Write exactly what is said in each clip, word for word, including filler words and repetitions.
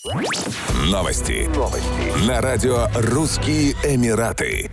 Новости. Новости. На радио «Русские Эмираты».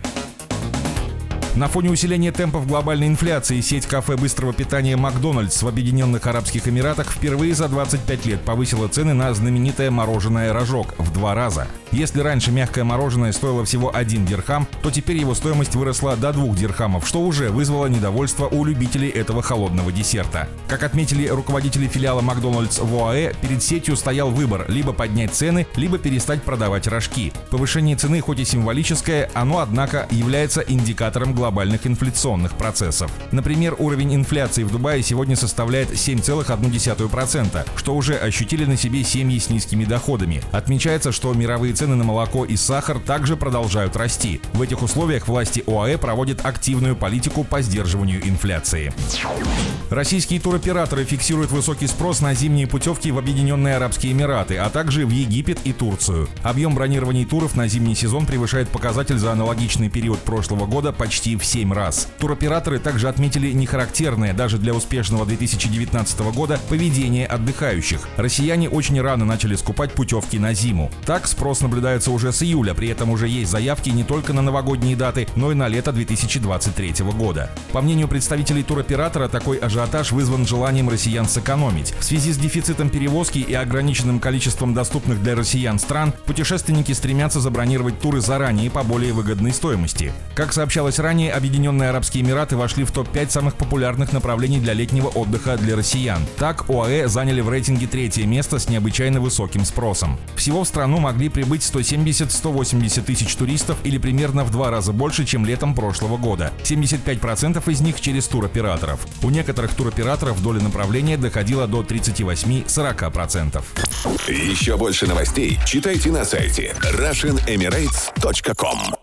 На фоне усиления темпов глобальной инфляции сеть кафе быстрого питания «Макдональдс» в Объединенных Арабских Эмиратах впервые за двадцать пять лет повысила цены на знаменитое мороженое «Рожок» в два раза. Если раньше мягкое мороженое стоило всего один дирхам, то теперь его стоимость выросла до двух дирхамов, что уже вызвало недовольство у любителей этого холодного десерта. Как отметили руководители филиала «Макдональдс» в ОАЭ, перед сетью стоял выбор – либо поднять цены, либо перестать продавать рожки. Повышение цены хоть и символическое, оно, однако, является индикатором глобальных инфляционных процессов. Например, уровень инфляции в Дубае сегодня составляет семь целых одну десятую процента, что уже ощутили на себе семьи с низкими доходами. Отмечается, что мировые цены на молоко и сахар также продолжают расти. В этих условиях власти ОАЭ проводят активную политику по сдерживанию инфляции. Российские туроператоры фиксируют высокий спрос на зимние путевки в Объединенные Арабские Эмираты, а также в Египет и Турцию. Объем бронирований туров на зимний сезон превышает показатель за аналогичный период прошлого года почти в семь раз. Туроператоры также отметили нехарактерное даже для успешного две тысячи девятнадцатого года поведение отдыхающих. Россияне очень рано начали скупать путевки на зиму. Так, спрос наблюдается уже с июля, при этом уже есть заявки не только на новогодние даты, но и на лето две тысячи двадцать третьего года. По мнению представителей туроператора, такой ажиотаж вызван желанием россиян сэкономить. В связи с дефицитом перевозки и ограниченным количеством доступных для россиян стран, путешественники стремятся забронировать туры заранее по более выгодной стоимости. Как сообщалось ранее, Объединенные Арабские Эмираты вошли в топ пять самых популярных направлений для летнего отдыха для россиян. Так, ОАЭ заняли в рейтинге третье место с необычайно высоким спросом. Всего в страну могли прибыть сто семьдесят - сто восемьдесят тысяч туристов или примерно в два раза больше, чем летом прошлого года. семьдесят пять процентов из них через туроператоров. У некоторых туроператоров доля направления доходила до тридцать восемь - сорок процентов. Еще больше новостей читайте на сайте Russian Emirates точка ком.